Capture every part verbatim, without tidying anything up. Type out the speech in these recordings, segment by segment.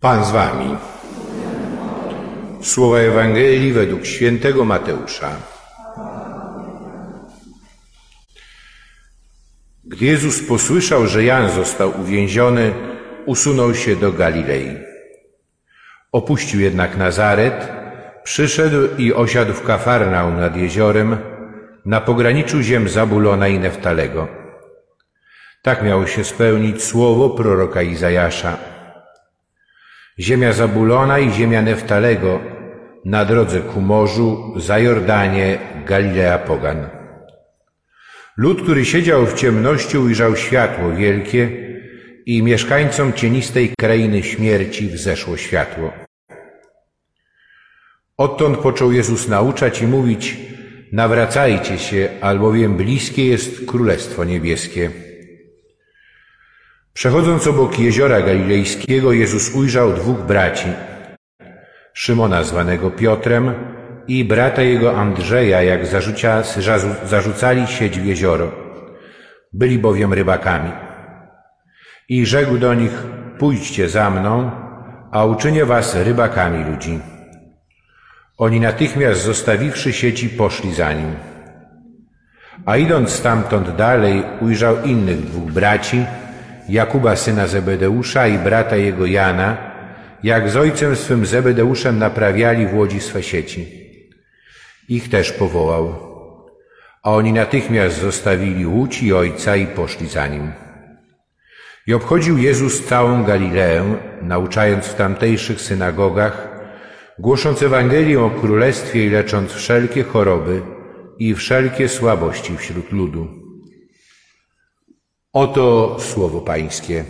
Pan z wami. Słowa Ewangelii według świętego Mateusza. Gdy Jezus posłyszał, że Jan został uwięziony, usunął się do Galilei. Opuścił jednak Nazaret, przyszedł i osiadł w Kafarnaum nad jeziorem, na pograniczu ziem Zabulona i Neftalego. Tak miało się spełnić słowo proroka Izajasza. Ziemia Zabulona i ziemia Neftalego, na drodze ku morzu, za Jordanię, Galilea pogan. Lud, który siedział w ciemności, ujrzał światło wielkie i mieszkańcom cienistej krainy śmierci wzeszło światło. Odtąd począł Jezus nauczać i mówić: nawracajcie się, albowiem bliskie jest Królestwo Niebieskie. Przechodząc obok jeziora galilejskiego, Jezus ujrzał dwóch braci, Szymona zwanego Piotrem i brata jego Andrzeja, jak zarzucia, zarzucali sieć w jezioro. Byli bowiem rybakami. I rzekł do nich: pójdźcie za mną, a uczynię was rybakami ludzi. Oni natychmiast, zostawiwszy sieci, poszli za nim. A idąc stamtąd dalej, ujrzał innych dwóch braci, Jakuba syna Zebedeusza i brata jego Jana, jak z ojcem swym Zebedeuszem naprawiali w łodzi swe sieci. Ich też powołał, a oni natychmiast zostawili łódź i ojca i poszli za nim. I obchodził Jezus całą Galileę, nauczając w tamtejszych synagogach, głosząc Ewangelię o Królestwie i lecząc wszelkie choroby i wszelkie słabości wśród ludu. Oto słowo Pańskie.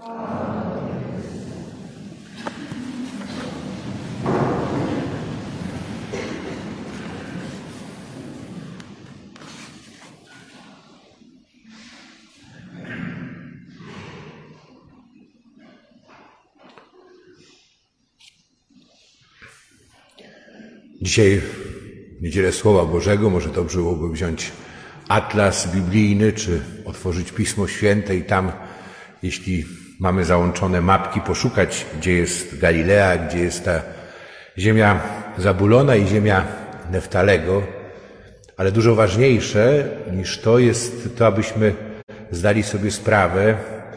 Dzisiaj, w Niedzielę Słowa Bożego, może dobrze byłoby wziąć atlas biblijny, czy otworzyć Pismo Święte i tam, jeśli mamy załączone mapki, poszukać, gdzie jest Galilea, gdzie jest ta ziemia Zabulona i ziemia Neftalego. Ale dużo ważniejsze niż to jest to, abyśmy zdali sobie sprawę,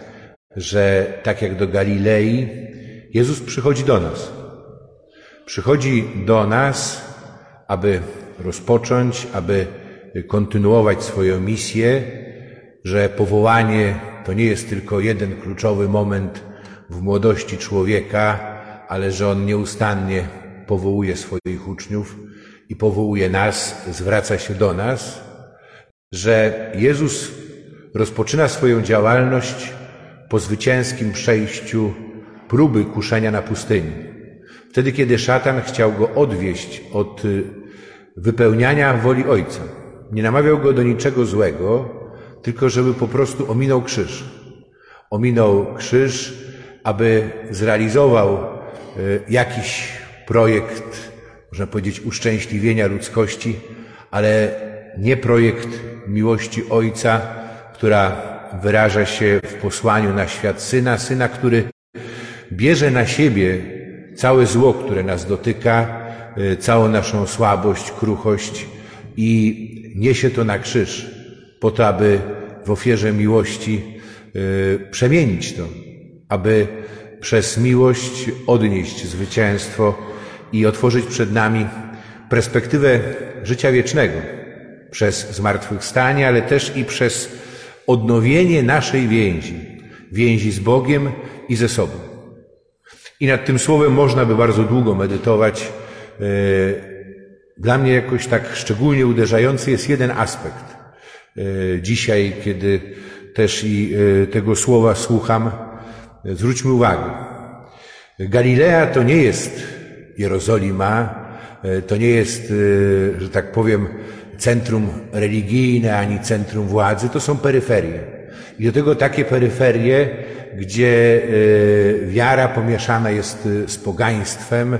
że tak jak do Galilei, Jezus przychodzi do nas. Przychodzi do nas, aby rozpocząć, aby kontynuować swoją misję, że powołanie to nie jest tylko jeden kluczowy moment w młodości człowieka, ale że on nieustannie powołuje swoich uczniów i powołuje nas, zwraca się do nas, że Jezus rozpoczyna swoją działalność po zwycięskim przejściu próby kuszenia na pustyni. Wtedy, kiedy szatan chciał go odwieść od wypełniania woli Ojca. Nie namawiał go do niczego złego, tylko żeby po prostu ominął krzyż. Ominął krzyż, aby zrealizował jakiś projekt, można powiedzieć, uszczęśliwienia ludzkości, ale nie projekt miłości Ojca, która wyraża się w posłaniu na świat Syna, Syna, który bierze na siebie całe zło, które nas dotyka, całą naszą słabość, kruchość i niesie to na krzyż po to, aby w ofierze miłości przemienić to, aby przez miłość odnieść zwycięstwo i otworzyć przed nami perspektywę życia wiecznego przez zmartwychwstanie, ale też i przez odnowienie naszej więzi, więzi z Bogiem i ze sobą. I nad tym słowem można by bardzo długo medytować. Dla mnie jakoś tak szczególnie uderzający jest jeden aspekt. Dzisiaj, kiedy też i tego słowa słucham, zwróćmy uwagę. Galilea to nie jest Jerozolima, to nie jest, że tak powiem, centrum religijne ani centrum władzy, to są peryferie. I do tego takie peryferie, gdzie wiara pomieszana jest z pogaństwem.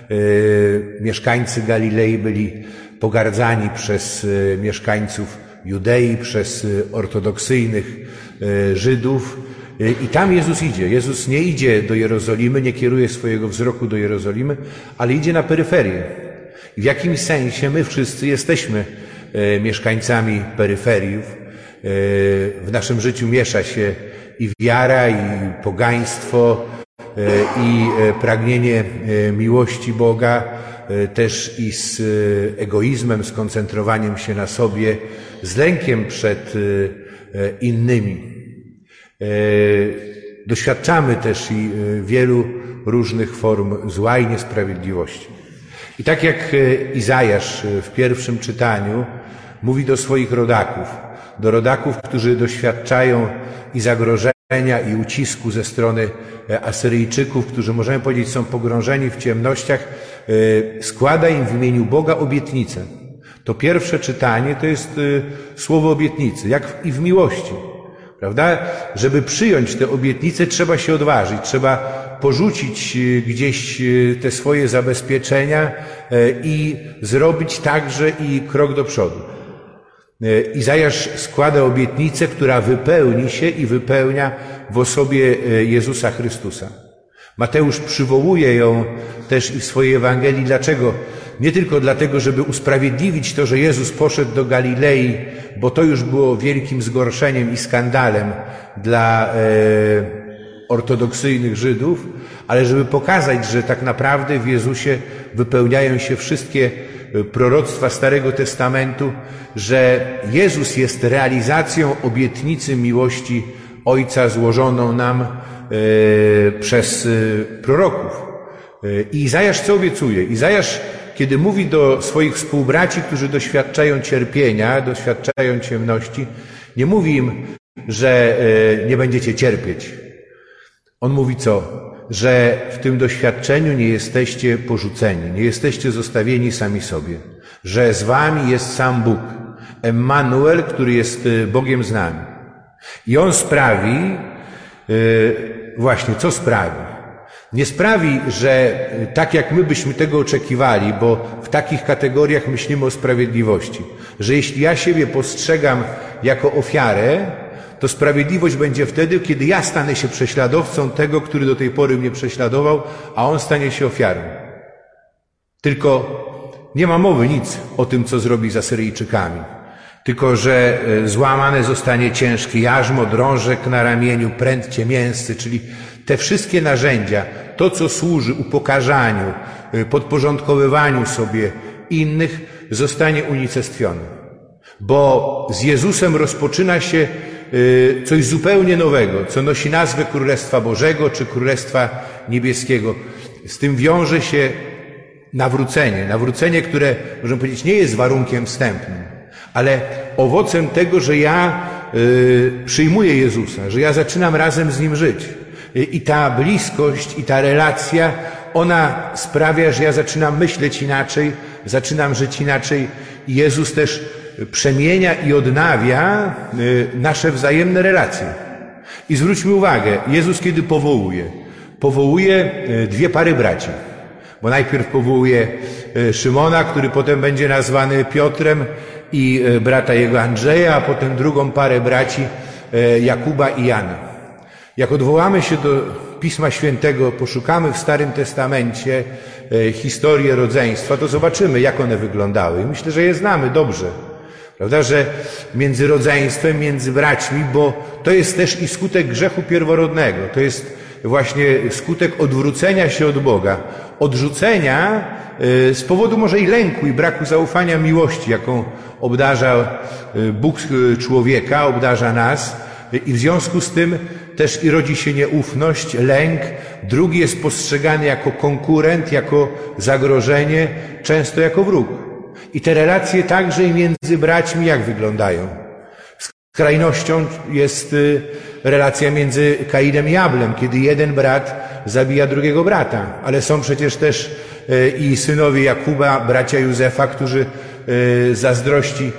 Mieszkańcy Galilei byli pogardzani przez mieszkańców Judei, przez ortodoksyjnych Żydów I tam Jezus idzie. Jezus nie idzie do Jerozolimy, nie kieruje swojego wzroku do Jerozolimy, ale idzie na peryferię. I w jakimś sensie my wszyscy jesteśmy mieszkańcami peryferiów. W naszym życiu miesza się i wiara, i pogaństwo, i pragnienie miłości Boga, też i z egoizmem, z koncentrowaniem się na sobie, z lękiem przed innymi. Doświadczamy też i wielu różnych form zła i niesprawiedliwości. I tak jak Izajasz w pierwszym czytaniu mówi do swoich rodaków, do rodaków, którzy doświadczają i zagrożenia, i ucisku ze strony Asyryjczyków, którzy, możemy powiedzieć, są pogrążeni w ciemnościach, składa im w imieniu Boga obietnicę. To pierwsze czytanie to jest słowo obietnicy, jak i w miłości. Prawda? Żeby przyjąć tę obietnicę, trzeba się odważyć, trzeba porzucić gdzieś te swoje zabezpieczenia i zrobić także i krok do przodu. Izajasz składa obietnicę, która wypełni się i wypełnia w osobie Jezusa Chrystusa. Mateusz przywołuje ją też i w swojej Ewangelii. Dlaczego? Nie tylko dlatego, żeby usprawiedliwić to, że Jezus poszedł do Galilei, bo to już było wielkim zgorszeniem i skandalem dla e, ortodoksyjnych Żydów, ale żeby pokazać, że tak naprawdę w Jezusie wypełniają się wszystkie proroctwa Starego Testamentu, że Jezus jest realizacją obietnicy miłości Ojca złożoną nam e, przez e, proroków. E, I Izajasz co obiecuje? Izajasz, kiedy mówi do swoich współbraci, którzy doświadczają cierpienia, doświadczają ciemności, nie mówi im, że e, nie będziecie cierpieć. On mówi co? Że w tym doświadczeniu nie jesteście porzuceni, nie jesteście zostawieni sami sobie, że z wami jest sam Bóg, Emmanuel, który jest Bogiem z nami. I On sprawi, właśnie, co sprawi? Nie sprawi, że tak jak my byśmy tego oczekiwali, bo w takich kategoriach myślimy o sprawiedliwości, że jeśli ja siebie postrzegam jako ofiarę, to sprawiedliwość będzie wtedy, kiedy ja stanę się prześladowcą tego, który do tej pory mnie prześladował, a on stanie się ofiarą. Tylko nie ma mowy nic o tym, co zrobi z Asyryjczykami. Tylko że złamane zostanie ciężkie jarzmo, drążek na ramieniu, pręt ciemięscy, czyli te wszystkie narzędzia, to co służy upokarzaniu, podporządkowywaniu sobie innych, zostanie unicestwione. Bo z Jezusem rozpoczyna się coś zupełnie nowego, co nosi nazwę Królestwa Bożego czy Królestwa Niebieskiego. Z tym wiąże się nawrócenie. Nawrócenie, które, możemy powiedzieć, nie jest warunkiem wstępnym, ale owocem tego, że ja y, przyjmuję Jezusa, że ja zaczynam razem z Nim żyć. I, i ta bliskość, i ta relacja, ona sprawia, że ja zaczynam myśleć inaczej, zaczynam żyć inaczej. I Jezus też przemienia i odnawia y, nasze wzajemne relacje. I zwróćmy uwagę, Jezus kiedy powołuje, powołuje y, dwie pary braci. Bo najpierw powołuje y, Szymona, który potem będzie nazwany Piotrem, i brata jego Andrzeja, a potem drugą parę braci Jakuba i Jana. Jak odwołamy się do Pisma Świętego, poszukamy w Starym Testamencie historię rodzeństwa, to zobaczymy, jak one wyglądały. I myślę, że je znamy dobrze. Prawda, że między rodzeństwem, między braćmi, bo to jest też i skutek grzechu pierworodnego. To jest właśnie skutek odwrócenia się od Boga, odrzucenia z powodu może i lęku i braku zaufania miłości, jaką obdarza Bóg człowieka, obdarza nas, i w związku z tym też i rodzi się nieufność, lęk. Drugi jest postrzegany jako konkurent, jako zagrożenie, często jako wróg. I te relacje także i między braćmi jak wyglądają? Skrajnością jest relacja między Kainem i Ablem, kiedy jeden brat zabija drugiego brata, ale są przecież też i synowie Jakuba, bracia Józefa, którzy z zazdrości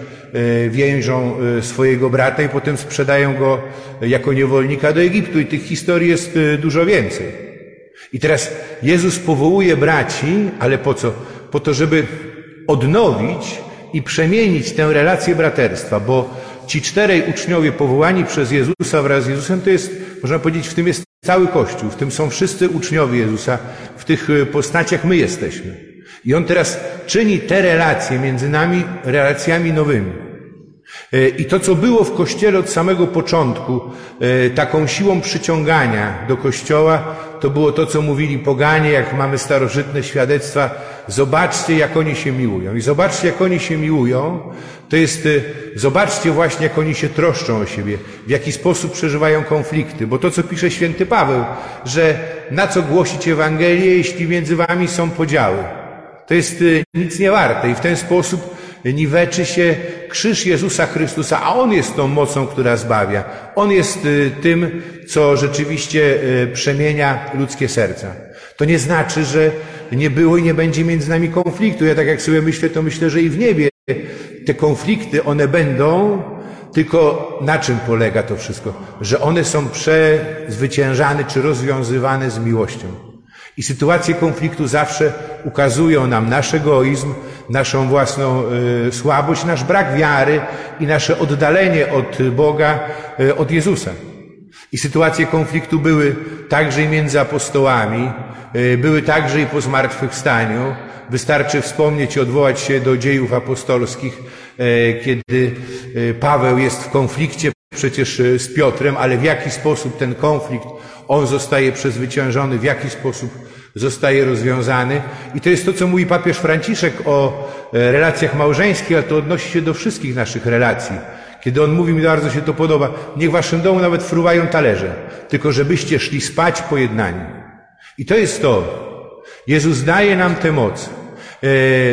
więżą swojego brata i potem sprzedają go jako niewolnika do Egiptu. I tych historii jest dużo więcej. I teraz Jezus powołuje braci, ale po co? Po to, żeby odnowić i przemienić tę relację braterstwa, bo ci czterej uczniowie powołani przez Jezusa wraz z Jezusem, to jest, można powiedzieć, w tym jest cały Kościół, w tym są wszyscy uczniowie Jezusa, w tych postaciach my jesteśmy. I On teraz czyni te relacje między nami relacjami nowymi. I to, co było w Kościele od samego początku, taką siłą przyciągania do Kościoła, to było to, co mówili poganie, jak mamy starożytne świadectwa. Zobaczcie, jak oni się miłują. I zobaczcie, jak oni się miłują, to jest, zobaczcie właśnie, jak oni się troszczą o siebie, w jaki sposób przeżywają konflikty. Bo to, co pisze święty Paweł, że na co głosić Ewangelię, jeśli między wami są podziały. To jest nic nie warte i w ten sposób niweczy się krzyż Jezusa Chrystusa, a On jest tą mocą, która zbawia. On jest tym, co rzeczywiście przemienia ludzkie serca. To nie znaczy, że nie było i nie będzie między nami konfliktu. Ja tak jak sobie myślę, to myślę, że i w niebie te konflikty, one będą, tylko na czym polega to wszystko? Że one są przezwyciężane czy rozwiązywane z miłością. I sytuacje konfliktu zawsze ukazują nam nasz egoizm, naszą własną y, słabość, nasz brak wiary i nasze oddalenie od Boga, y, od Jezusa. I sytuacje konfliktu były także i między apostołami, y, były także i po zmartwychwstaniu. Wystarczy wspomnieć i odwołać się do dziejów apostolskich, y, kiedy y, Paweł jest w konflikcie przecież z Piotrem, ale w jaki sposób ten konflikt, on zostaje przezwyciężony, w jaki sposób zostaje rozwiązany. I to jest to, co mówi papież Franciszek o relacjach małżeńskich, ale to odnosi się do wszystkich naszych relacji. Kiedy on mówi, mi bardzo się to podoba, niech w waszym domu nawet fruwają talerze, tylko żebyście szli spać pojednani. I to jest to. Jezus daje nam tę moc yy,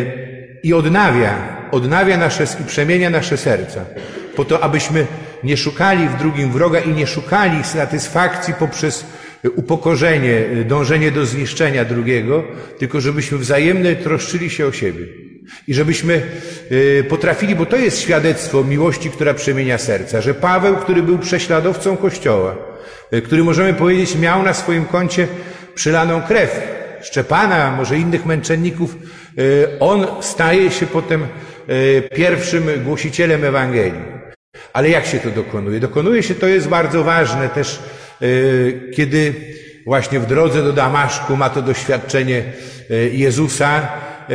i odnawia, odnawia nasze i przemienia nasze serca, po to, abyśmy nie szukali w drugim wroga i nie szukali satysfakcji poprzez upokorzenie, dążenie do zniszczenia drugiego, tylko żebyśmy wzajemnie troszczyli się o siebie. I żebyśmy potrafili, bo to jest świadectwo miłości, która przemienia serca, że Paweł, który był prześladowcą Kościoła, który możemy powiedzieć miał na swoim koncie przylaną krew Szczepana, może innych męczenników, on staje się potem pierwszym głosicielem Ewangelii. Ale jak się to dokonuje? Dokonuje się, to jest bardzo ważne też, kiedy właśnie w drodze do Damaszku ma to doświadczenie Jezusa,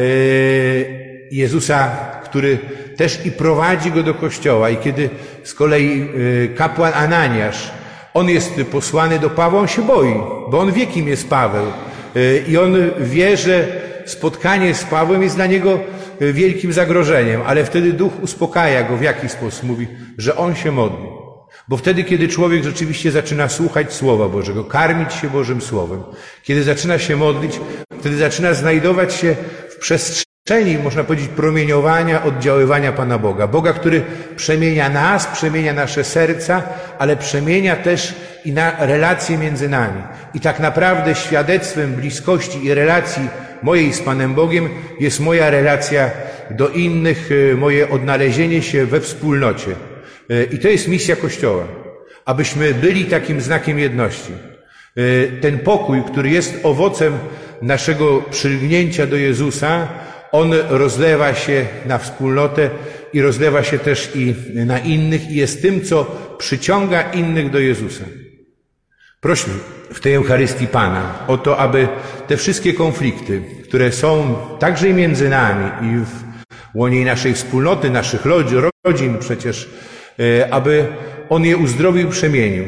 Jezusa, który też i prowadzi go do Kościoła. I kiedy z kolei kapłan Ananiasz, on jest posłany do Pawła, on się boi, bo on wie, kim jest Paweł. I on wie, że spotkanie z Pawłem jest dla niego wielkim zagrożeniem, ale wtedy Duch uspokaja go w jaki sposób? Mówi, że on się modli. Bo wtedy, kiedy człowiek rzeczywiście zaczyna słuchać Słowa Bożego, karmić się Bożym Słowem, kiedy zaczyna się modlić, wtedy zaczyna znajdować się w przestrzeni, można powiedzieć, promieniowania, oddziaływania Pana Boga. Boga, który przemienia nas, przemienia nasze serca, ale przemienia też i na relacje między nami. I tak naprawdę świadectwem bliskości i relacji mojej z Panem Bogiem jest moja relacja do innych, moje odnalezienie się we wspólnocie. I to jest misja Kościoła, abyśmy byli takim znakiem jedności. Ten pokój, który jest owocem naszego przylgnięcia do Jezusa, on rozlewa się na wspólnotę i rozlewa się też i na innych i jest tym, co przyciąga innych do Jezusa. Prośmy w tej Eucharystii Pana o to, aby te wszystkie konflikty, które są także i między nami i w łonie naszej wspólnoty, naszych rodzin przecież, aby On je uzdrowił, przemienił,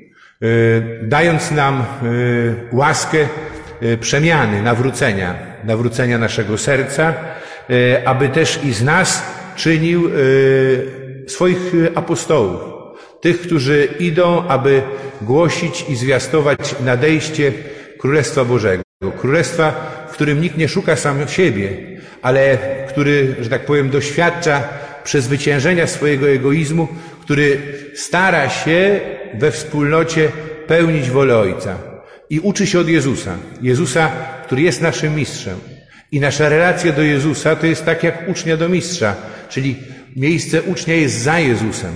dając nam łaskę przemiany, nawrócenia, nawrócenia naszego serca, aby też i z nas czynił swoich apostołów, tych, którzy idą, aby głosić i zwiastować nadejście Królestwa Bożego. Królestwa, w którym nikt nie szuka sam siebie, ale który, że tak powiem, doświadcza przezwyciężenia swojego egoizmu, który stara się we wspólnocie pełnić wolę Ojca i uczy się od Jezusa. Jezusa, który jest naszym mistrzem. I nasza relacja do Jezusa to jest tak jak ucznia do mistrza, czyli miejsce ucznia jest za Jezusem.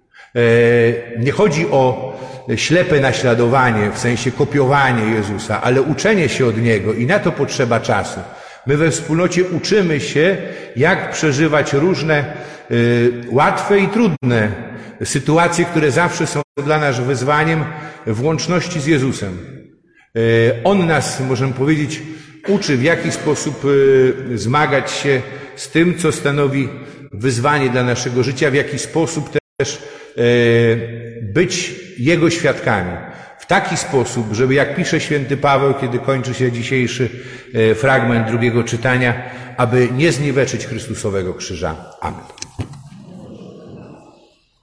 Nie chodzi o ślepe naśladowanie, w sensie kopiowanie Jezusa, ale uczenie się od Niego i na to potrzeba czasu. My we wspólnocie uczymy się, jak przeżywać różne y, łatwe i trudne sytuacje, które zawsze są dla nas wyzwaniem w łączności z Jezusem. Y, On nas, możemy powiedzieć, uczy, w jaki sposób y, zmagać się z tym, co stanowi wyzwanie dla naszego życia, w jaki sposób też y, być Jego świadkami. W taki sposób, żeby, jak pisze święty Paweł, kiedy kończy się dzisiejszy fragment drugiego czytania, aby nie zniweczyć Chrystusowego krzyża. Amen.